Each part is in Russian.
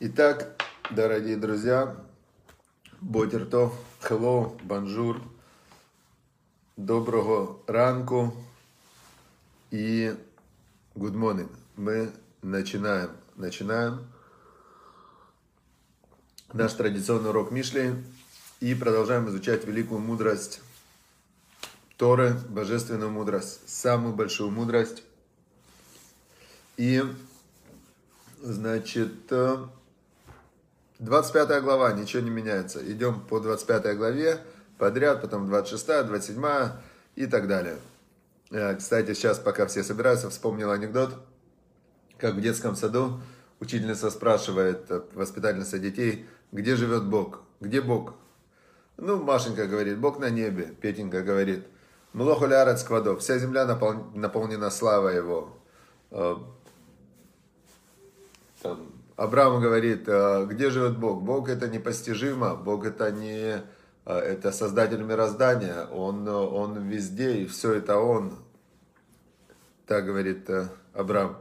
Итак, дорогие друзья, Ботертов, hello, bonjour, доброго ранку и good morning. Мы начинаем наш традиционный урок Мишли и продолжаем изучать великую мудрость Торы, божественную мудрость, самую большую мудрость. И, значит, 25 глава, ничего не меняется. Идем по 25 главе подряд, потом 26, 27 и так далее. Кстати, сейчас, пока все собираются, вспомнил анекдот, как в детском саду учительница спрашивает, воспитательница детей, где живет Бог? Где Бог? Ну, Машенька говорит, Бог на небе. Петенька говорит, Млоху лярец квадов, вся земля наполнена славой Его. Авраам говорит, где живет Бог? Бог это непостижимо, Бог это не это создатель мироздания, он везде, и все это Он. Так говорит Авраам.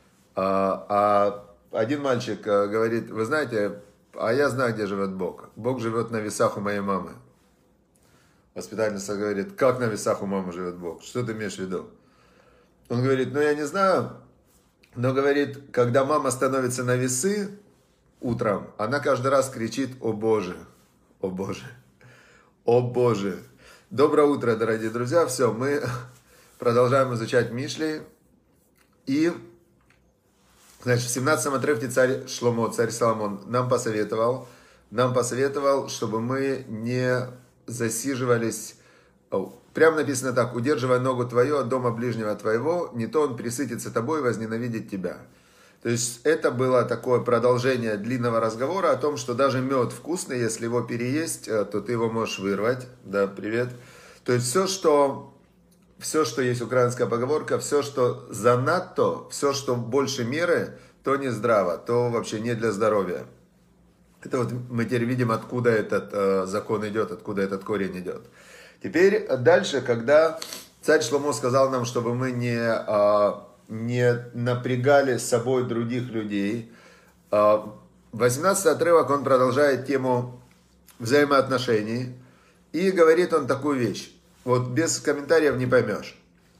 А один мальчик говорит, вы знаете, а я знаю, где живет Бог. Бог живет на весах у моей мамы. Воспитательница говорит, как на весах у мамы живет Бог? Что ты имеешь в виду? Он говорит, ну я не знаю, но говорит, когда мама становится на весы утром, она каждый раз кричит, о Боже, о Боже, о Боже. Доброе утро, дорогие друзья. Все, мы продолжаем изучать Мишли. И, значит, в 17 отрывке царь Шломо, царь Соломон нам посоветовал, чтобы мы не засиживались. Прямо написано так, удерживай ногу твою от дома ближнего твоего, не то он пресытится тобой и возненавидит тебя. То есть это было такое продолжение длинного разговора о том, что даже мед вкусный, если его переесть, то ты его можешь вырвать. Да, привет. То есть все, что есть украинская поговорка, все, что занадто, все, что больше меры, то не здраво, то вообще не для здоровья. Это вот мы теперь видим, откуда этот закон идет, откуда этот корень идет. Теперь дальше, когда царь Шломо сказал нам, чтобы мы не напрягали с собой других людей, 18 отрывок, он продолжает тему взаимоотношений, и говорит он такую вещь, вот без комментариев не поймешь.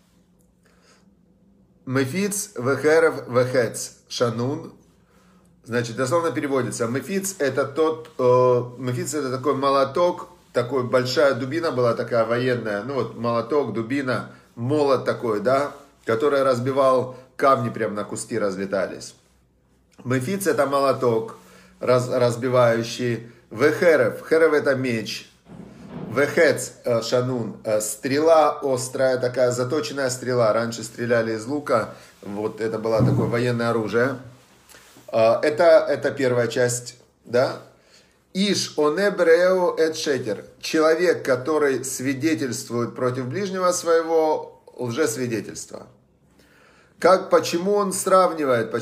Мефиц вехерев вехец шанун, значит, дословно переводится, мефиц это такой молоток, такой большая дубина была такая военная, ну вот молоток, дубина, молот такой, да, который разбивал камни, прям на куски разлетались. Мефиц это молоток, разбивающий. Вехерев, херев это меч. Вехец шанун, стрела острая, такая заточенная стрела. Раньше стреляли из лука, вот это было такое военное оружие. Это первая часть, да. Иш онебрео эт шетер. Человек, который свидетельствует против ближнего своего, лжесвидетельство. Почему он сравнивает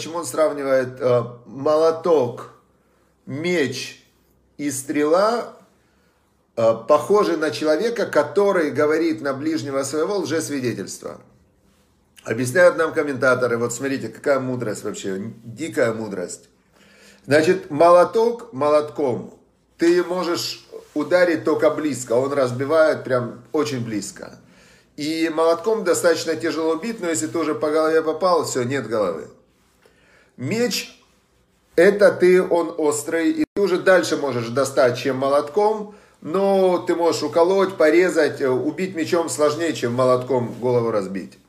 молоток, меч и стрела, похожи на человека, который говорит на ближнего своего лжесвидетельство. Объясняют нам комментаторы, вот смотрите, какая мудрость вообще, дикая мудрость. Значит, молотком ты можешь ударить только близко, он разбивает прям очень близко. И молотком достаточно тяжело бить, но если ты уже по голове попал, все, нет головы. Меч, он острый, и ты уже дальше можешь достать, чем молотком, но ты можешь уколоть, порезать, убить мечом сложнее, чем молотком голову разбить.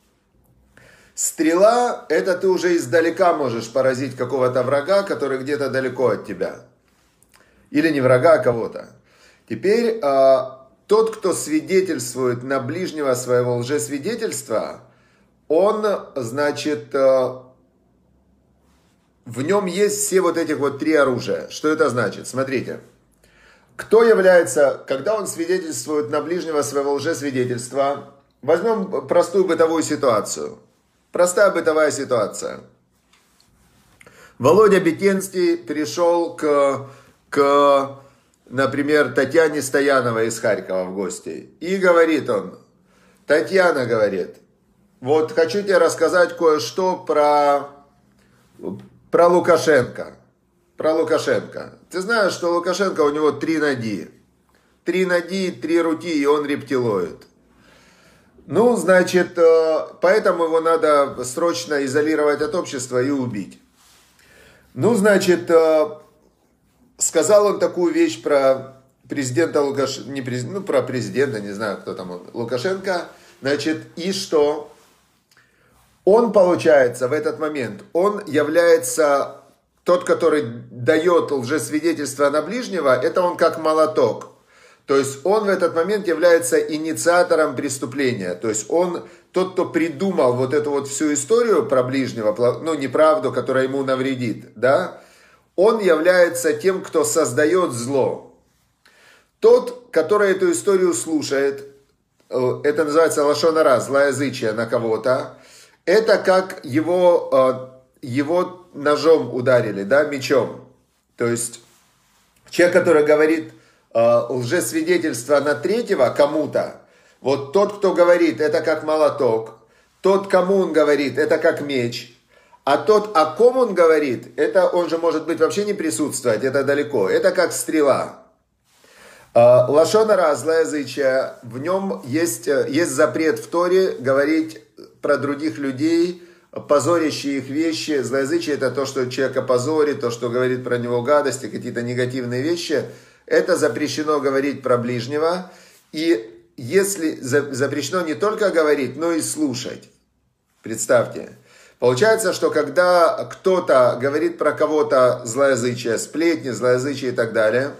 Стрела, это ты уже издалека можешь поразить какого-то врага, который где-то далеко от тебя. Или не врага, а кого-то. Теперь тот, кто свидетельствует на ближнего своего лжесвидетельства, он, значит, в нем есть все вот этих вот три оружия. Что это значит? Смотрите. Когда он свидетельствует на ближнего своего лжесвидетельства, возьмем простую бытовую ситуацию. Простая бытовая ситуация. Володя Бекенский пришел к, например, Татьяне Стояновой из Харькова в гости. И говорит он, Татьяна говорит, вот хочу тебе рассказать кое-что про Лукашенко. про Лукашенко. Ты знаешь, что Лукашенко, у него 3 ноги. 3 ноги, 3 руки, и он рептилоид. Ну, значит, поэтому его надо срочно изолировать от общества и убить. Ну, значит, сказал он такую вещь про президента Лукашенко, про президента, не знаю, кто там он, Лукашенко. Значит, и что? Он, получается, в этот момент, он является тот, который дает лжесвидетельство на ближнего, это он как молоток. То есть он в этот момент является инициатором преступления. То есть он тот, кто придумал вот эту вот всю историю про ближнего, ну, неправду, которая ему навредит, да, он является тем, кто создает зло. Тот, который эту историю слушает, это называется лашон ара, злоязычие на кого-то, это как его ножом ударили, да, мечом. То есть человек, который говорит лжесвидетельство на третьего кому-то, вот тот, кто говорит, это как молоток, тот, кому он говорит, это как меч, а тот, о ком он говорит, это он же может быть вообще не присутствовать, это далеко, это как стрела. Лашон ара, злоязычие, в нем есть запрет в Торе говорить про других людей, позорящие их вещи. Злоязычие это то, что человека позорит, то, что говорит про него гадости, какие-то негативные вещи. Это запрещено говорить про ближнего. И если запрещено не только говорить, но и слушать. Представьте. Получается, что когда кто-то говорит про кого-то злоязычие, сплетни, злоязычие и так далее,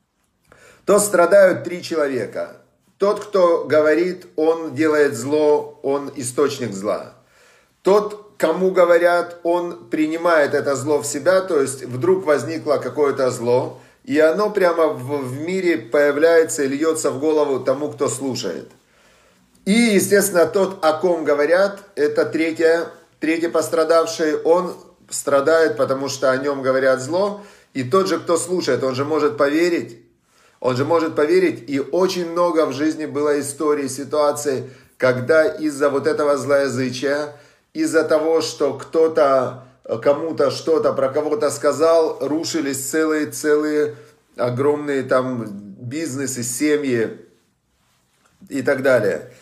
то страдают 3 человека. Тот, кто говорит, он делает зло, он источник зла. Тот, кому говорят, он принимает это зло в себя, то есть вдруг возникло какое-то зло, и оно прямо в мире появляется и льется в голову тому, кто слушает. И, естественно, тот, о ком говорят, это третий пострадавший, он страдает, потому что о нем говорят зло, и тот же, кто слушает, он же может поверить, и очень много в жизни было историй, ситуаций, когда из-за вот этого злоязычия, из-за того, что кто-то кому-то что-то про кого-то сказал, рушились целые огромные там бизнесы, семьи и так далее.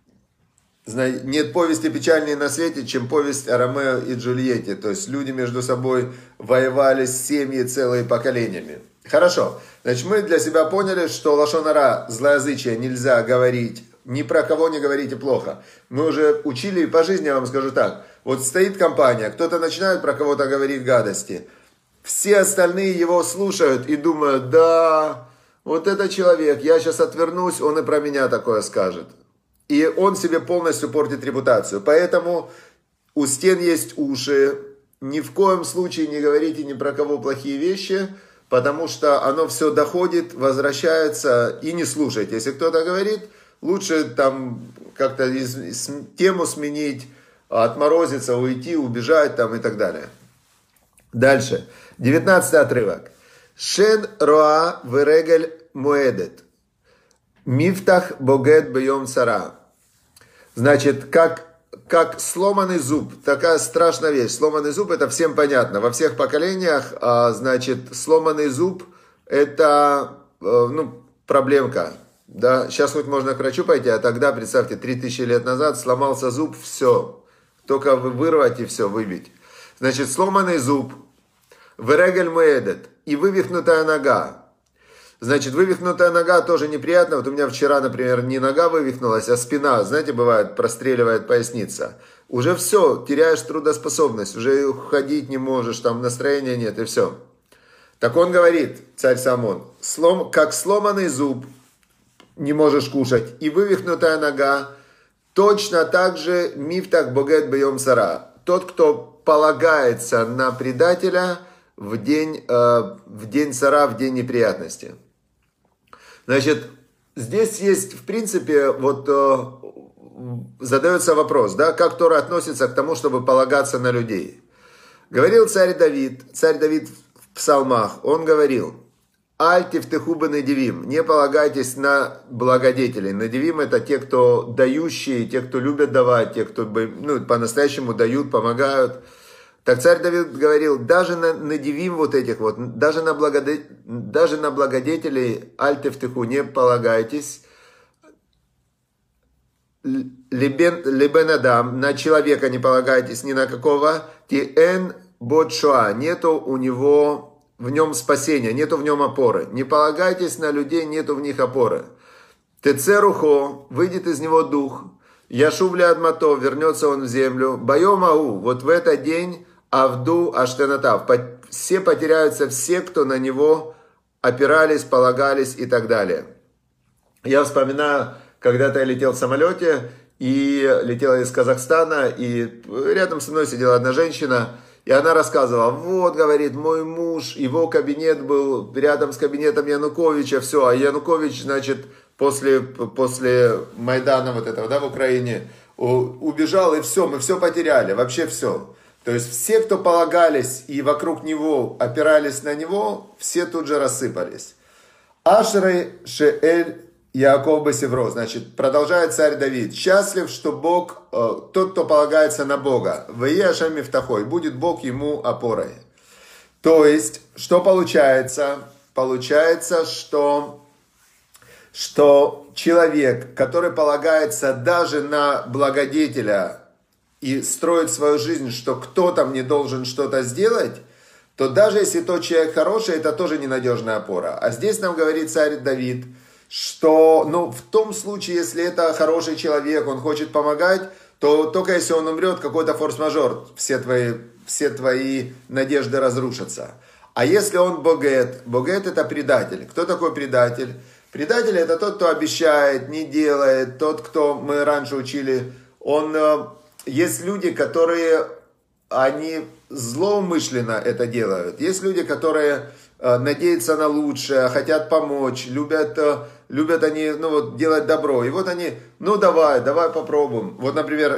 Нет повести печальнее на свете, чем повесть о Ромео и Джульетте. То есть люди между собой воевали, семьи целые поколениями. Хорошо. Значит, мы для себя поняли, что лашон ара, злоязычие, нельзя говорить. Ни про кого не говорите плохо. Мы уже учили, и по жизни я вам скажу так. Вот стоит компания, кто-то начинает про кого-то говорить гадости. Все остальные его слушают и думают, да, вот это человек, я сейчас отвернусь, он и про меня такое скажет. И он себе полностью портит репутацию. Поэтому у стен есть уши. Ни в коем случае не говорите ни про кого плохие вещи, потому что оно все доходит, возвращается, и не слушайте. Если кто-то говорит, лучше там как-то тему сменить, отморозиться, уйти, убежать там и так далее. Дальше. 19 отрывок. Шен роа верегель моэдет. Мифтах богет бьем сара. Значит, как сломанный зуб. Такая страшная вещь. Сломанный зуб, это всем понятно. Во всех поколениях, значит, сломанный зуб, это, проблемка. Да? Сейчас хоть можно к врачу пойти, а тогда, представьте, 3000 лет назад сломался зуб, все. Только вырвать и все, выбить. Значит, сломанный зуб, верегель моэдет, и вывихнутая нога. Значит, вывихнутая нога тоже неприятно. Вот у меня вчера, например, не нога вывихнулась, а спина, знаете, бывает, простреливает поясница. Уже все, теряешь трудоспособность, уже ходить не можешь, там настроения нет и все. Так он говорит, царь Соломон, как сломанный зуб не можешь кушать, и вывихнутая нога, точно так же мифтах богет бьем сара. Тот, кто полагается на предателя в день сара, в день неприятности. Значит, здесь есть, в принципе, вот задается вопрос, да, как Тора относится к тому, чтобы полагаться на людей. Говорил царь Давид в псалмах, он говорил, «Аль тифтеху бенедивим», не полагайтесь на благодетелей. Недивим это те, кто дающие, те, кто любят давать, те, кто по-настоящему дают, помогают. Так царь Давид говорил, даже на недивим вот этих вот, даже на благодетелей альтевтыху не полагайтесь, либен адам, на человека не полагайтесь, ни на какого, тиэн бодшуа, нету у него в нем спасения, нету в нем опоры. Не полагайтесь на людей, нету в них опоры. Тецерухо, выйдет из него дух, яшувля адмато, вернется он в землю, байомау, вот в этот день авду аштенатав, все потеряются, все, кто на него опирались, полагались и так далее. Я вспоминаю, когда-то я летел в самолете, и летела из Казахстана, и рядом со мной сидела одна женщина, и она рассказывала, вот, говорит, мой муж, его кабинет был рядом с кабинетом Януковича, все, а Янукович, значит, после Майдана вот этого, да, в Украине, убежал, и все, мы все потеряли, вообще все. То есть все, кто полагались и вокруг него опирались на него, все тут же рассыпались. Ашрей шеэль Яаков Басевро, значит, продолжает царь Давид. Счастлив, что Бог, тот, кто полагается на Бога. Вае Ашем Мифтахой, будет Бог ему опорой. То есть, что получается? Получается, что человек, который полагается даже на благодетеля и строит свою жизнь, что кто-то мне должен что-то сделать, то даже если тот человек хороший, это тоже ненадежная опора. А здесь нам говорит царь Давид, что, ну, в том случае, если это хороший человек, он хочет помогать, то только если он умрет, какой-то форс-мажор, все твои надежды разрушатся. А если он богет, богет это предатель. Кто такой предатель? Предатель это тот, кто обещает, не делает, тот, кто мы раньше учили. Есть люди, которые, они злоумышленно это делают. Есть люди, которые надеются на лучшее, хотят помочь, любят они, ну вот, делать добро. И вот они, ну давай попробуем. Вот, например,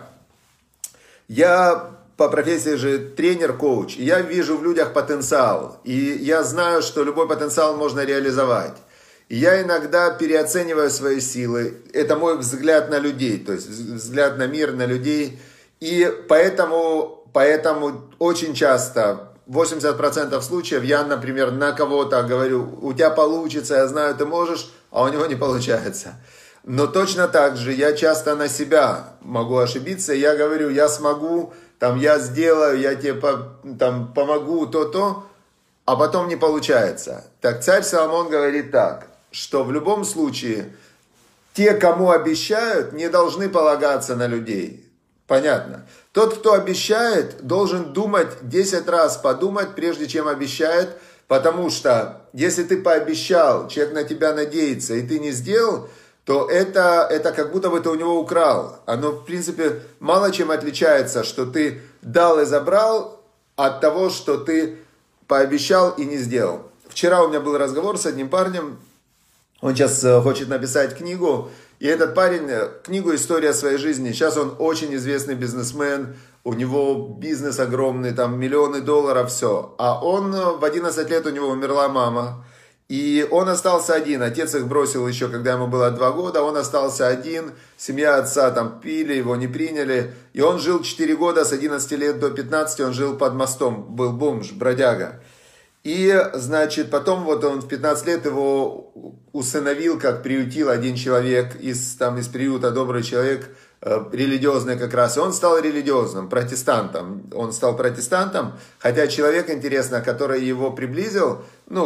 я по профессии же тренер-коуч, и я вижу в людях потенциал. И я знаю, что любой потенциал можно реализовать. И я иногда переоцениваю свои силы. Это мой взгляд на людей, то есть взгляд на мир, на людей. И поэтому очень часто, 80% случаев, я, например, на кого-то говорю, у тебя получится, я знаю, ты можешь, а у него не получается. Но точно так же я часто на себя могу ошибиться. Я говорю, я смогу, там, я сделаю, я тебе там, помогу, то, а потом не получается. Так царь Соломон говорит так, что в любом случае те, кому обещают, не должны полагаться на людей. Понятно? Тот, кто обещает, должен думать 10 раз, подумать, прежде чем обещает, потому что если ты пообещал, человек на тебя надеется, и ты не сделал, то это как будто бы ты у него украл. Оно, в принципе, мало чем отличается, что ты дал и забрал, от того, что ты пообещал и не сделал. Вчера у меня был разговор с одним парнем, он сейчас хочет написать книгу, и этот парень, книгу «История своей жизни», сейчас он очень известный бизнесмен, у него бизнес огромный, там миллионы долларов, все. А он в 11 лет у него умерла мама, и он остался один. Отец их бросил еще, когда ему было 2 года, он остался один, семья отца там пили, его не приняли. И он жил 4 года, с 11 лет до 15 он жил под мостом, был бомж, бродяга. И, значит, потом вот он в 15 лет его усыновил, как приютил один человек из приюта, добрый человек, религиозный как раз. И он стал религиозным, протестантом. Он стал протестантом, хотя человек, интересно, который его приблизил,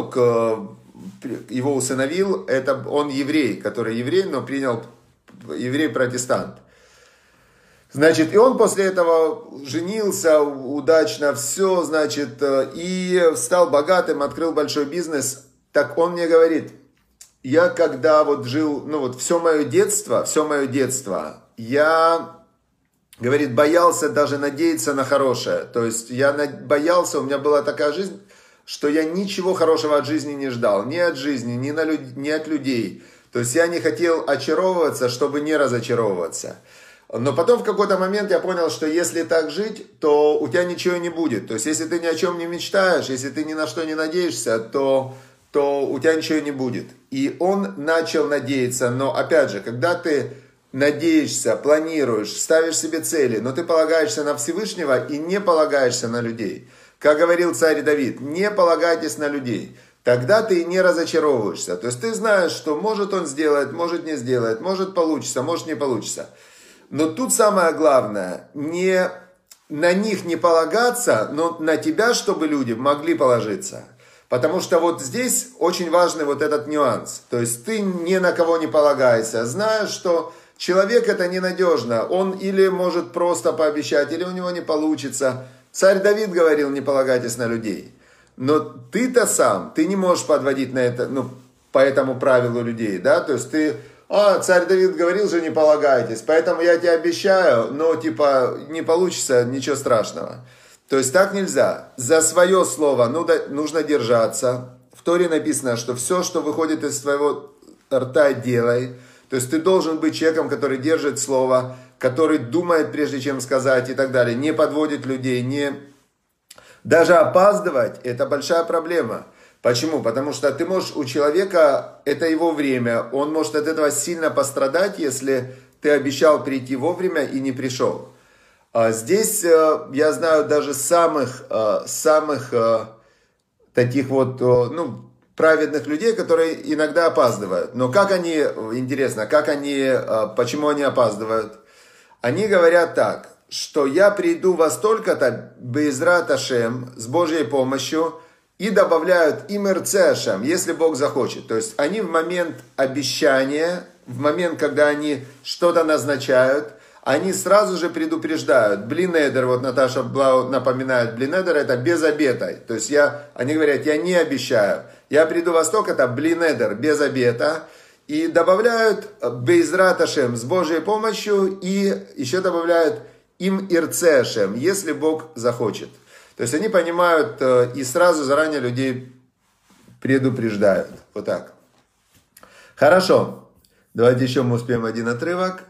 его усыновил, это он еврей, который еврей, но принял еврей-протестант. Значит, и он после этого женился удачно, все, значит, и стал богатым, открыл большой бизнес. Так он мне говорит, я когда вот жил, все мое детство, я, говорит, боялся даже надеяться на хорошее. То есть я боялся, у меня была такая жизнь, что я ничего хорошего от жизни не ждал. Ни от жизни, ни от людей. То есть я не хотел очаровываться, чтобы не разочаровываться. Но потом в какой-то момент я понял, что если так жить, то у тебя ничего не будет. То есть если ты ни о чем не мечтаешь, если ты ни на что не надеешься, то у тебя ничего не будет. И он начал надеяться. Но опять же, когда ты надеешься, планируешь, ставишь себе цели, но ты полагаешься на Всевышнего и не полагаешься на людей. Как говорил царь Давид, не полагайтесь на людей. Тогда ты не разочаровываешься. То есть ты знаешь, что может он сделать, может не сделает, может получится, может не получится. Но тут самое главное, не на них не полагаться, но на тебя, чтобы люди могли положиться. Потому что вот здесь очень важный вот этот нюанс. То есть ты ни на кого не полагайся, зная, что человек это ненадежно. Он или может просто пообещать, или у него не получится. Царь Давид говорил, не полагайтесь на людей. Но ты-то сам, ты не можешь подводить на это, по этому правилу людей, да? То есть ты, царь Давид говорил же, не полагайтесь, поэтому я тебе обещаю, но не получится, ничего страшного. То есть так нельзя. За свое слово нужно держаться. В Торе написано, что все, что выходит из твоего рта, делай. То есть ты должен быть человеком, который держит слово, который думает, прежде чем сказать и так далее. Не подводит людей, Даже опаздывать – это большая проблема. Почему? Потому что ты можешь, у человека, это его время, он может от этого сильно пострадать, если ты обещал прийти вовремя и не пришел. Здесь я знаю даже самых таких вот, праведных людей, которые иногда опаздывают. Но как они, интересно, почему они опаздывают? Они говорят так, что я приду во столько-то, Беизрат Ашем, с Божьей помощью, и добавляют им Ирце Ашем, если Бог захочет. То есть они в момент обещания, в момент, когда они что-то назначают, они сразу же предупреждают. Блинедер, вот Наташа Блау напоминает, блинедер это без обета. То есть они говорят, я не обещаю. Я приду во столько-то, блинедер, без обета. И добавляют Бейзрат Ашем с Божьей помощью. И еще добавляют им Ирце Ашем, если Бог захочет. То есть они понимают и сразу заранее людей предупреждают. Вот так. Хорошо. Давайте еще мы успеем один отрывок.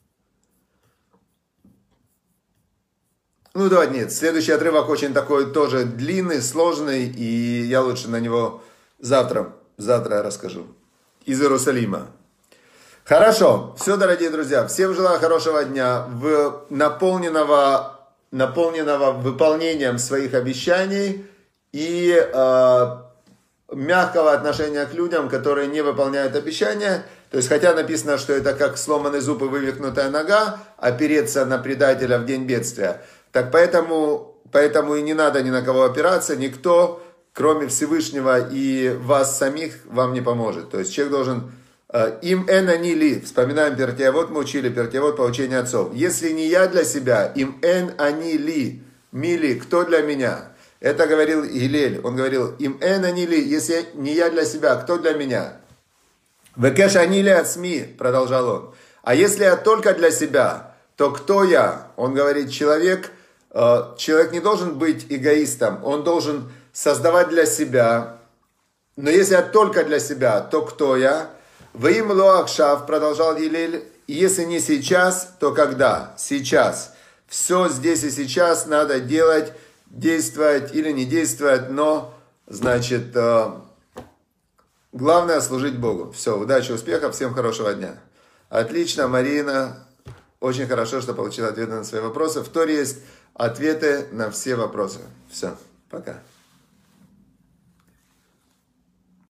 Давайте нет. Следующий отрывок очень такой тоже длинный, сложный. И я лучше на него завтра расскажу. Из Иерусалима. Хорошо. Все, дорогие друзья. Всем желаю хорошего дня. Наполненного выполнением своих обещаний и мягкого отношения к людям, которые не выполняют обещания. То есть, хотя написано, что это как сломанный зуб и вывихнутая нога, опереться на предателя в день бедствия. Так поэтому и не надо ни на кого опираться, никто, кроме Всевышнего и вас самих, вам не поможет. То есть человек должен им эн они ли, вспоминаем Пертиавот, мы учили Пертиавот по учению отцов. Если не я для себя, им эн они ли, мили, кто для меня? Это говорил Гилель, он говорил, им эн они ли, если не я для себя, кто для меня? Векеш они ли от СМИ, продолжал он. А если я только для себя, то кто я? Он говорит, человек не должен быть эгоистом, он должен создавать для себя. Но если я только для себя, то кто я? Ваим лоакшав, продолжал Гилель, если не сейчас, то когда? Сейчас. Все здесь и сейчас надо делать, действовать или не действовать, но, значит, главное служить Богу. Все, удачи, успехов, всем хорошего дня. Отлично, Марина, очень хорошо, что получила ответы на свои вопросы. В Торе есть ответы на все вопросы. Все, пока.